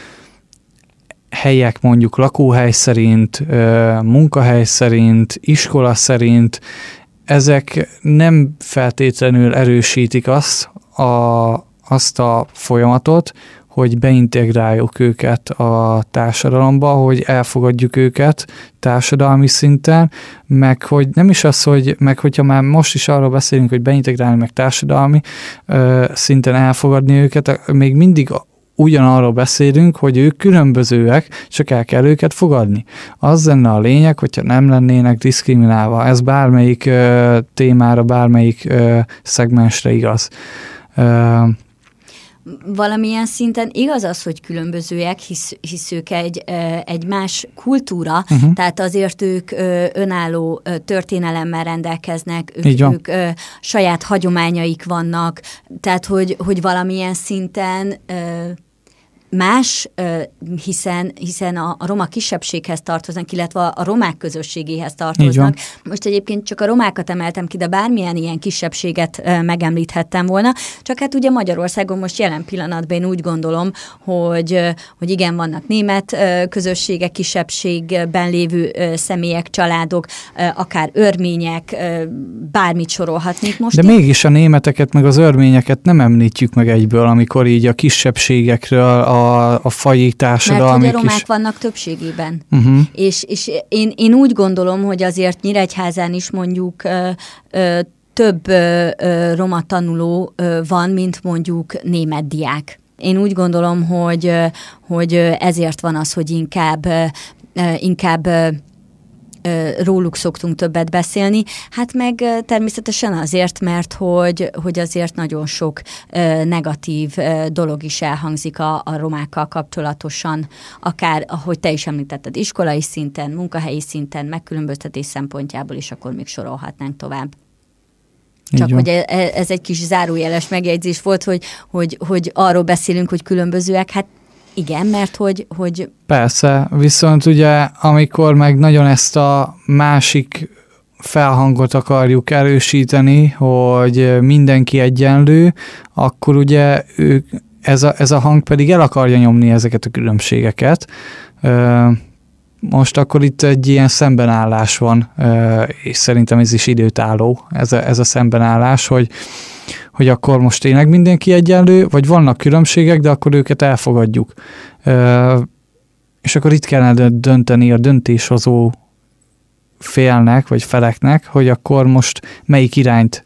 helyek, mondjuk lakóhely szerint, ö, munkahely szerint, iskola szerint, ezek nem feltétlenül erősítik azt a, azt a folyamatot, hogy beintegráljuk őket a társadalomba, hogy elfogadjuk őket társadalmi szinten, meg hogy nem is az, hogy meg hogyha már most is arról beszélünk, hogy beintegrálni, meg társadalmi ö, szinten elfogadni őket, még mindig ugyanarról beszélünk, hogy ők különbözőek, csak el kell őket fogadni. Az lenne a lényeg, hogyha nem lennének diszkriminálva. Ez bármelyik ö, témára, bármelyik ö, szegmensre igaz. Ö, Valamilyen szinten igaz az, hogy különbözőek, hisz, hisz ők egy, egy más kultúra, uh-huh. tehát azért ők önálló történelemmel rendelkeznek, ők, ők saját hagyományaik vannak, tehát hogy, hogy valamilyen szinten más, hiszen, hiszen a roma kisebbséghez tartoznak, illetve a romák közösségéhez tartoznak. Most egyébként csak a romákat emeltem ki, de bármilyen ilyen kisebbséget megemlíthettem volna, csak hát ugye Magyarországon most jelen pillanatban én úgy gondolom, hogy, hogy igen, vannak német közösségek, kisebbségben lévő személyek, családok, akár örmények, bármit sorolhatnék most. De mégis a németeket meg az örményeket nem említjük meg egyből, amikor így a kisebbségekről, a A, a faji társadalmi. Mert hogy a romák is vannak többségében. Uh-huh. És, és én, én úgy gondolom, hogy azért Nyíregyházán is mondjuk ö, ö, több ö, ö, roma tanuló ö, van, mint mondjuk német diák. Én úgy gondolom, hogy, ö, hogy ezért van az, hogy inkább, ö, inkább ö, róluk szoktunk többet beszélni, hát meg természetesen azért, mert hogy, hogy azért nagyon sok negatív dolog is elhangzik a, a romákkal kapcsolatosan, akár, ahogy te is említetted, iskolai szinten, munkahelyi szinten, megkülönböztetés szempontjából is, akkor még sorolhatnánk tovább. Csak hogy ez egy kis zárójeles megjegyzés volt, hogy, hogy, hogy arról beszélünk, hogy különbözőek, hát igen, mert hogy, hogy... Persze, viszont ugye, amikor meg nagyon ezt a másik felhangot akarjuk erősíteni, hogy mindenki egyenlő, akkor ugye ők, ez, a, ez a hang pedig el akarja nyomni ezeket a különbségeket. Most akkor itt egy ilyen szembenállás van, és szerintem ez is időtálló, ez a, ez a szembenállás, hogy hogy akkor most tényleg mindenki egyenlő, vagy vannak különbségek, de akkor őket elfogadjuk. És akkor itt kellene dönteni a döntéshozó félnek, vagy feleknek, hogy akkor most melyik irányt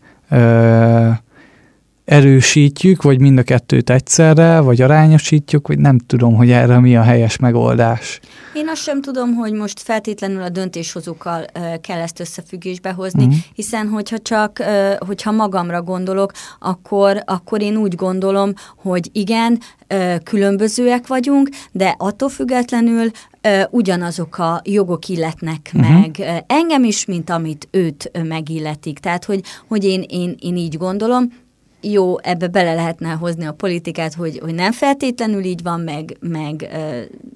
erősítjük, vagy mind a kettőt egyszerre, vagy arányosítjuk, vagy nem tudom, hogy erre mi a helyes megoldás. Én azt sem tudom, hogy most feltétlenül a döntéshozókkal uh, kell ezt összefüggésbe hozni, uh-huh. hiszen hogyha csak, uh, hogyha magamra gondolok, akkor, akkor én úgy gondolom, hogy igen, uh, különbözőek vagyunk, de attól függetlenül uh, ugyanazok a jogok illetnek uh-huh. meg uh, engem is, mint amit őt uh, megilletik. Tehát, hogy, hogy én, én, én így gondolom, jó, ebbe bele lehetne hozni a politikát, hogy, hogy nem feltétlenül így van, meg, meg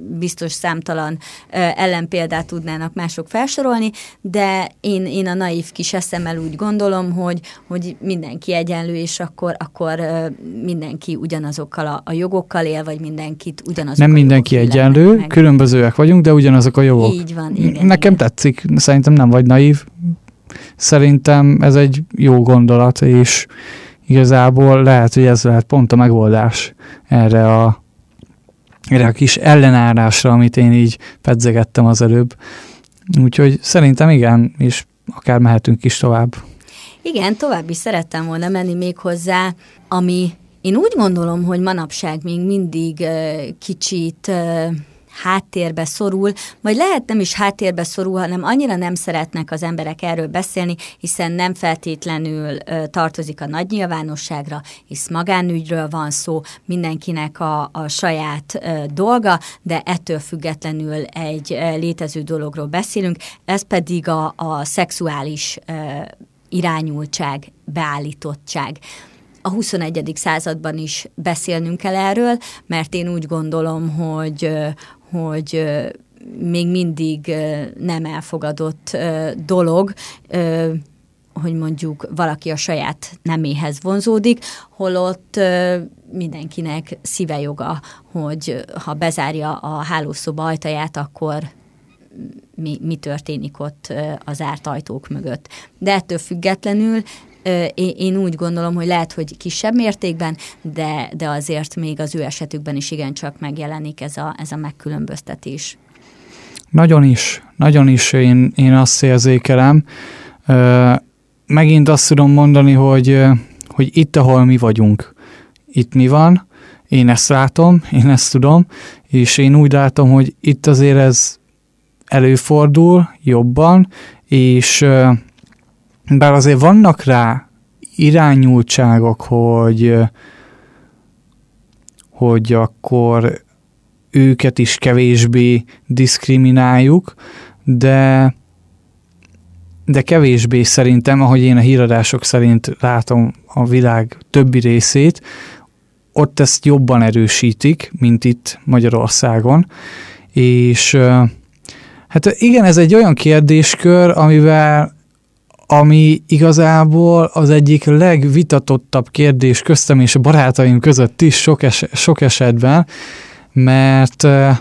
biztos számtalan ellenpéldát tudnának mások felsorolni, de én, én a naív kis eszemmel úgy gondolom, hogy, hogy mindenki egyenlő, és akkor, akkor mindenki ugyanazokkal a, a jogokkal él, vagy mindenkit ugyanazokkal. Nem mindenki egyenlő, meg. Különbözőek vagyunk, de ugyanazok a jogok. Így van, igen. Nekem igen. tetszik, szerintem nem vagy naív. Szerintem ez egy jó gondolat, és igazából lehet, hogy ez lehet pont a megoldás erre a, erre a kis ellenállásra, amit én így pedzegettem az előbb. Úgyhogy szerintem igen, és akár mehetünk is tovább. Igen, tovább is szerettem volna menni még hozzá, ami én úgy gondolom, hogy manapság még mindig uh, kicsit uh, háttérbe szorul, vagy lehet nem is háttérbe szorul, hanem annyira nem szeretnek az emberek erről beszélni, hiszen nem feltétlenül ö, tartozik a nagy nyilvánosságra, hisz magánügyről van szó, mindenkinek a, a saját ö, dolga, de ettől függetlenül egy ö, létező dologról beszélünk, ez pedig a, a szexuális ö, irányultság, beállítottság. A huszonegyedik században is beszélnünk kell erről, mert én úgy gondolom, hogy, hogy még mindig nem elfogadott dolog, hogy mondjuk valaki a saját neméhez vonzódik, holott mindenkinek szíve joga, hogy ha bezárja a hálószoba ajtaját, akkor mi, mi történik ott az zárt ajtók mögött. De ettől függetlenül én úgy gondolom, hogy lehet, hogy kisebb mértékben, de, de azért még az ő esetükben is igencsak megjelenik ez a, ez a megkülönböztetés. Nagyon is, nagyon is én, én azt érzékelem. Megint azt tudom mondani, hogy, hogy itt, ahol mi vagyunk, itt mi van, én ezt látom, én ezt tudom, és én úgy látom, hogy itt azért ez előfordul jobban, és bár azért vannak rá irányultságok, hogy, hogy akkor őket is kevésbé diszkrimináljuk, de, de kevésbé szerintem, ahogy én a híradások szerint látom a világ többi részét, ott ezt jobban erősítik, mint itt Magyarországon. És hát igen, ez egy olyan kérdéskör, amivel ami igazából az egyik legvitatottabb kérdés köztem és a barátaim között is sok, es- sok esetben, mert uh,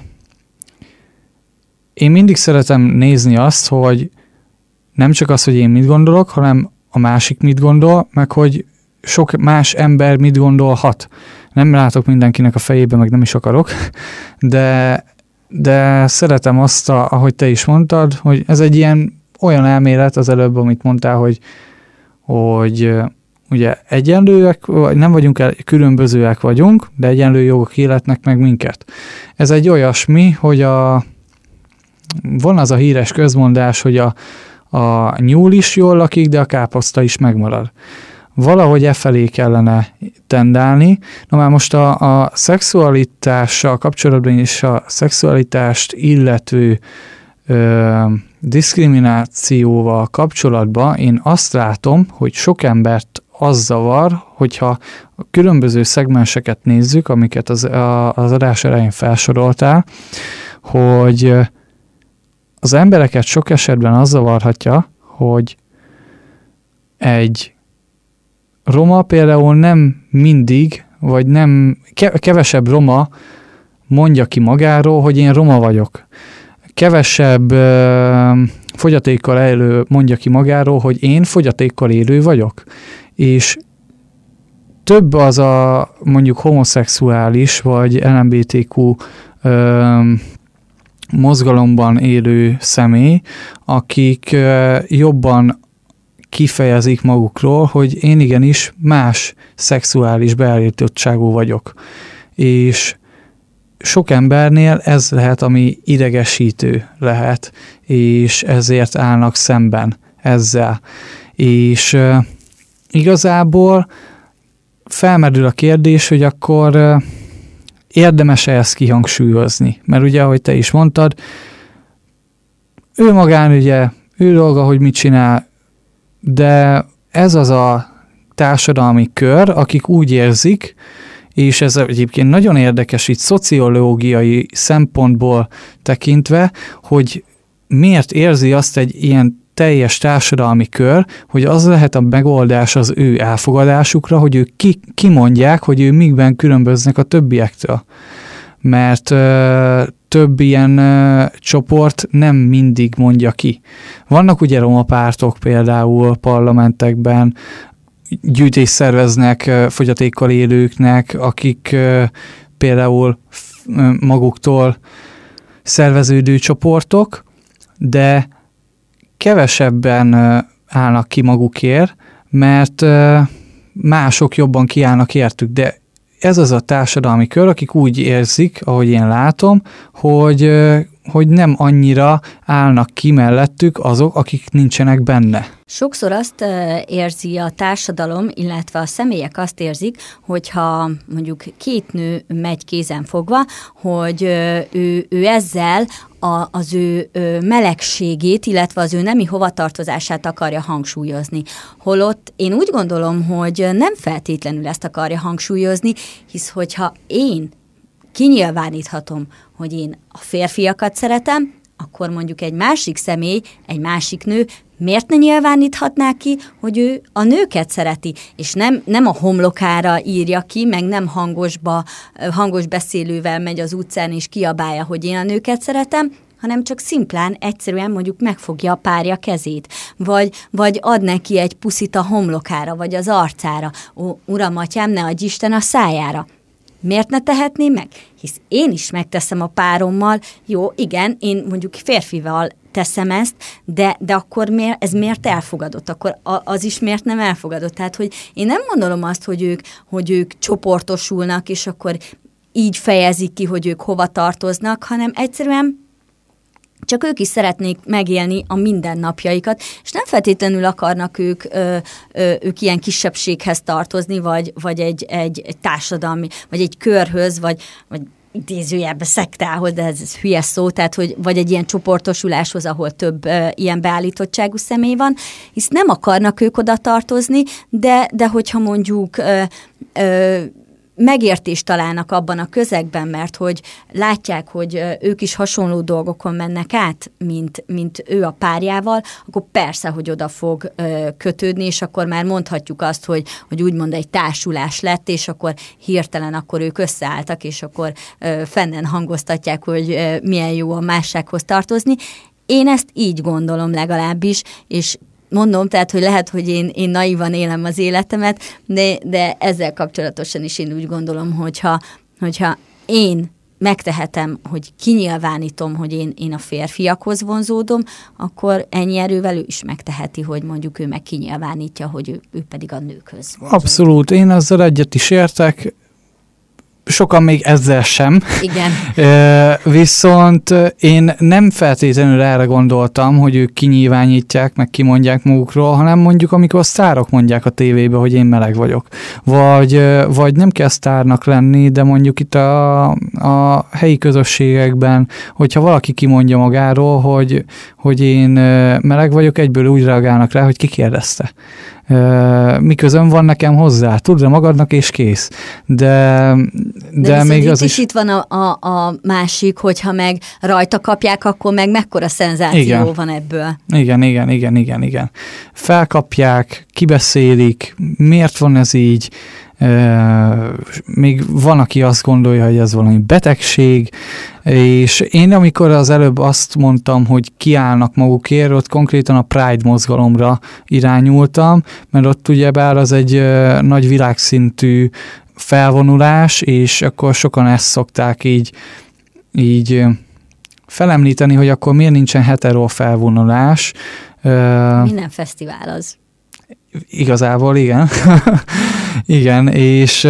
én mindig szeretem nézni azt, hogy nem csak az, hogy én mit gondolok, hanem a másik mit gondol, meg hogy sok más ember mit gondolhat. Nem látok mindenkinek a fejébe, meg nem is akarok, de, de szeretem azt, a, ahogy te is mondtad, hogy ez egy ilyen olyan elmélet az előbb, amit mondtál, hogy, hogy ugye egyenlőek, vagy nem vagyunk el, különbözőek vagyunk, de egyenlő jogok életnek meg minket. Ez egy olyasmi, hogy a, van az a híres közmondás, hogy a, a nyúl is jól lakik, de a káposzta is megmarad. Valahogy e felé kellene tendálni. Na már most a, a szexualitással kapcsolatban és a szexualitást illető ö, diszkriminációval kapcsolatban én azt látom, hogy sok embert az zavar, hogyha a különböző szegmenseket nézzük, amiket az, a, az adás elején felsoroltál, hogy az embereket sok esetben az zavarhatja, hogy egy roma például nem mindig, vagy nem kevesebb roma mondja ki magáról, hogy én roma vagyok. Kevesebb uh, fogyatékkal élő mondja ki magáról, hogy én fogyatékkal élő vagyok. És több az a mondjuk homoszexuális vagy el em bé té kú uh, mozgalomban élő személy, akik uh, jobban kifejezik magukról, hogy én igenis más szexuális beállítottságú vagyok. És sok embernél ez lehet, ami idegesítő lehet, és ezért állnak szemben ezzel. És uh, igazából felmerül a kérdés, hogy akkor uh, érdemes-e ezt kihangsúlyozni? Mert ugye, ahogy te is mondtad, ő magánügye, ő dolga, hogy mit csinál, de ez az a társadalmi kör, akik úgy érzik, és ez egyébként nagyon érdekes itt szociológiai szempontból tekintve, hogy miért érzi azt egy ilyen teljes társadalmi kör, hogy az lehet a megoldás az ő elfogadásukra, hogy ők ki, kimondják, hogy ő mikben különböznek a többiektől. Mert ö, több ilyen ö, csoport nem mindig mondja ki. Vannak ugye roma pártok például parlamentekben, gyűjtést szerveznek ö, fogyatékkal élőknek, akik ö, például ö, maguktól szerveződő csoportok, de kevesebben állnak ki magukért, mert mások jobban kiállnak értük, de ez az a társadalmi kör, akik úgy érzik, ahogy én látom, hogy, hogy nem annyira állnak ki mellettük azok, akik nincsenek benne. Sokszor azt érzi a társadalom, illetve a személyek azt érzik, hogyha mondjuk két nő megy kézen fogva, hogy ő, ő ezzel a, az ő melegségét, illetve az ő nemi hovatartozását akarja hangsúlyozni. Holott én úgy gondolom, hogy nem feltétlenül ezt akarja hangsúlyozni, hisz hogyha én kinyilváníthatom, hogy én a férfiakat szeretem, akkor mondjuk egy másik személy, egy másik nő miért ne nyilváníthatná ki, hogy ő a nőket szereti, és nem, nem a homlokára írja ki, meg nem hangosba, hangos beszélővel megy az utcán, és kiabálja, hogy én a nőket szeretem, hanem csak szimplán, egyszerűen mondjuk megfogja a párja kezét, vagy, vagy ad neki egy puszit a homlokára, vagy az arcára. Ó, uram, atyám, ne adj Isten a szájára. Miért ne tehetném meg? Hisz én is megteszem a párommal, jó, igen, én mondjuk férfival teszem ezt, de, de akkor miért, ez miért elfogadott? Akkor az is miért nem elfogadott? Tehát, hogy én nem gondolom azt, hogy ők, hogy ők csoportosulnak, és akkor így fejezik ki, hogy ők hova tartoznak, hanem egyszerűen csak ők is szeretnék megélni a mindennapjaikat, és nem feltétlenül akarnak ők, ö, ö, ők ilyen kisebbséghez tartozni, vagy, vagy egy, egy, egy társadalmi, vagy egy körhöz, vagy, vagy idézőjelben szektához, de ez, ez hülye szó, tehát, hogy vagy egy ilyen csoportosuláshoz, ahol több ö, ilyen beállítottságú személy van, hisz nem akarnak ők oda tartozni, de, de hogyha mondjuk ö, ö, megértést találnak abban a közegben, mert hogy látják, hogy ők is hasonló dolgokon mennek át, mint, mint ő a párjával, akkor persze, hogy oda fog ö, kötődni, és akkor már mondhatjuk azt, hogy, hogy úgymond egy társulás lett, és akkor hirtelen akkor ők összeálltak, és akkor ö, fennen hangoztatják, hogy ö, milyen jó a mássághoz tartozni. Én ezt így gondolom legalábbis, és mondom, tehát, hogy lehet, hogy én, én naivan élem az életemet, de, de ezzel kapcsolatosan is én úgy gondolom, hogyha, hogyha én megtehetem, hogy kinyilvánítom, hogy én, én a férfiakhoz vonzódom, akkor ennyi erővel ő is megteheti, hogy mondjuk ő meg kinyilvánítja, hogy ő, ő pedig a nőkhöz vonzódik. Abszolút, én azzal egyet is értek, sokan még ezzel sem. Igen. Viszont én nem feltétlenül erre gondoltam, hogy ők kinyilvánítják, meg kimondják magukról, hanem mondjuk, amikor a sztárok mondják a tévébe, hogy én meleg vagyok. Vagy, vagy nem kell sztárnak lenni, de mondjuk itt a, a helyi közösségekben, hogyha valaki kimondja magáról, hogy, hogy én meleg vagyok, egyből úgy reagálnak rá, hogy ki kérdezte. Mi közön van nekem hozzá, tudd magadnak és kész. De, de, de még az itt is... itt van a, a, a másik, hogyha meg rajta kapják, akkor meg mekkora szenzáció igen. van ebből. Igen, igen, igen, igen, igen. Felkapják, kibeszélik, miért van ez így, még van, aki azt gondolja, hogy ez valami betegség, és én amikor az előbb azt mondtam, hogy kiállnak magukért, ott konkrétan a Pride mozgalomra irányultam, mert ott ugyebár az egy nagy világszintű felvonulás, és akkor sokan ezt szokták így, így felemlíteni, hogy akkor miért nincsen hetero felvonulás. Minden fesztivál az. Igazából igen. Igen, és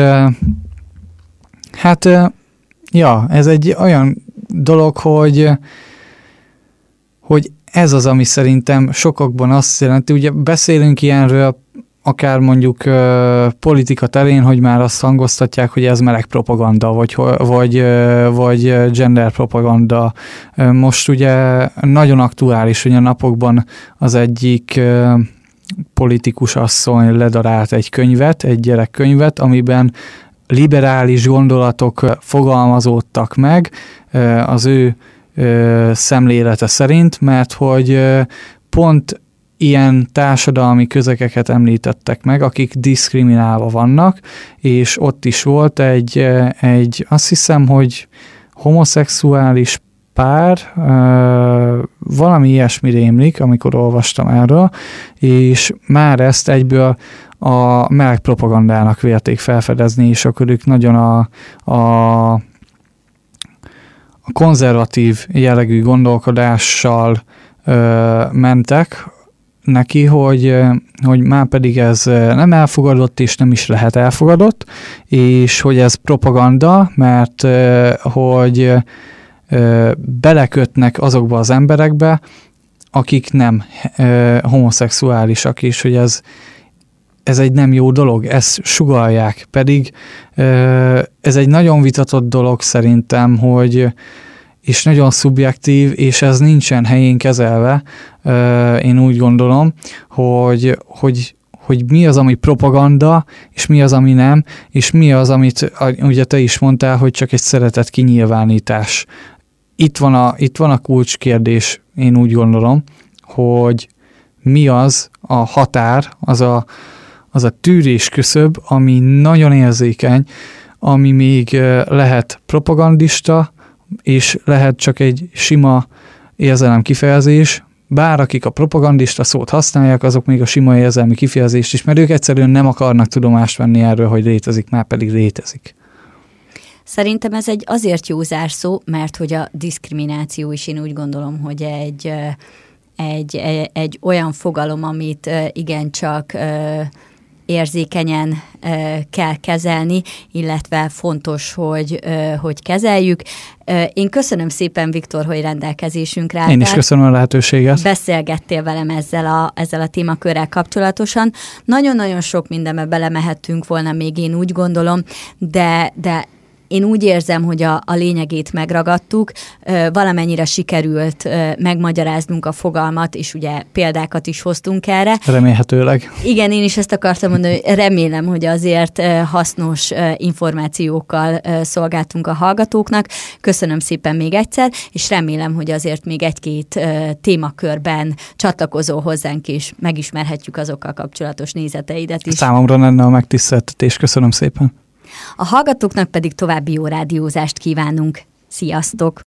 hát ja, ez egy olyan dolog, hogy, hogy ez az, ami szerintem sokakban azt jelenti, ugye beszélünk ilyenről, akár mondjuk uh, politika terén, hogy már azt hangoztatják, hogy ez meleg propaganda, vagy, vagy, uh, vagy gender propaganda. Uh, most ugye nagyon aktuális, hogy a napokban az egyik uh, politikus asszony ledarált egy könyvet, egy gyerekkönyvet, amiben liberális gondolatok fogalmazódtak meg az ő szemlélete szerint, mert hogy pont ilyen társadalmi közegeket említettek meg, akik diszkriminálva vannak, és ott is volt egy, egy azt hiszem, hogy homoszexuális pár, valami ilyesmi rémlik, amikor olvastam erről, és már ezt egyből a meleg propagandának vélték felfedezni, és akkor ők nagyon a, a, a konzervatív jellegű gondolkodással ö, mentek neki, hogy, hogy már pedig ez nem elfogadott, és nem is lehet elfogadott, és hogy ez propaganda, mert hogy belekötnek azokba az emberekbe, akik nem homoszexuálisak, és hogy ez, ez egy nem jó dolog, ezt sugallják, pedig ez egy nagyon vitatott dolog szerintem, hogy és nagyon szubjektív, és ez nincsen helyén kezelve. Én úgy gondolom, hogy, hogy, hogy mi az, ami propaganda, és mi az, ami nem, és mi az, amit ugye te is mondtál, hogy csak egy szeretet kinyilvánítás. Itt van a, itt van a kulcskérdés, én úgy gondolom, hogy mi az a határ, az a, az a tűrés küszöb, ami nagyon érzékeny, ami még lehet propagandista, és lehet csak egy sima érzelem kifejezés, bár akik a propagandista szót használják, azok még a sima érzelmi kifejezést is, mert ők egyszerűen nem akarnak tudomást venni erről, hogy létezik, már pedig létezik. Szerintem ez egy azért jó zárszó, mert hogy a diszkrimináció is, én úgy gondolom, hogy egy, egy, egy, egy olyan fogalom, amit igencsak érzékenyen kell kezelni, illetve fontos, hogy, hogy kezeljük. Én köszönöm szépen, Viktor, hogy rendelkezésünkre álltál. Én is köszönöm a lehetőséget. Beszélgettél velem ezzel a, ezzel a témakörrel kapcsolatosan. Nagyon-nagyon sok mindenbe belemehettünk volna még, én úgy gondolom, de, de én úgy érzem, hogy a, a lényegét megragadtuk, valamennyire sikerült megmagyaráznunk a fogalmat, és ugye példákat is hoztunk erre. Remélhetőleg. Igen, én is ezt akartam mondani, hogy remélem, hogy azért hasznos információkkal szolgáltunk a hallgatóknak. Köszönöm szépen még egyszer, és remélem, hogy azért még egy-két témakörben csatlakozó hozzánk, és megismerhetjük azokkal kapcsolatos nézeteidet is. Számomra lenne a megtiszteltetés. Köszönöm szépen. A hallgatóknak pedig további jó rádiózást kívánunk. Sziasztok!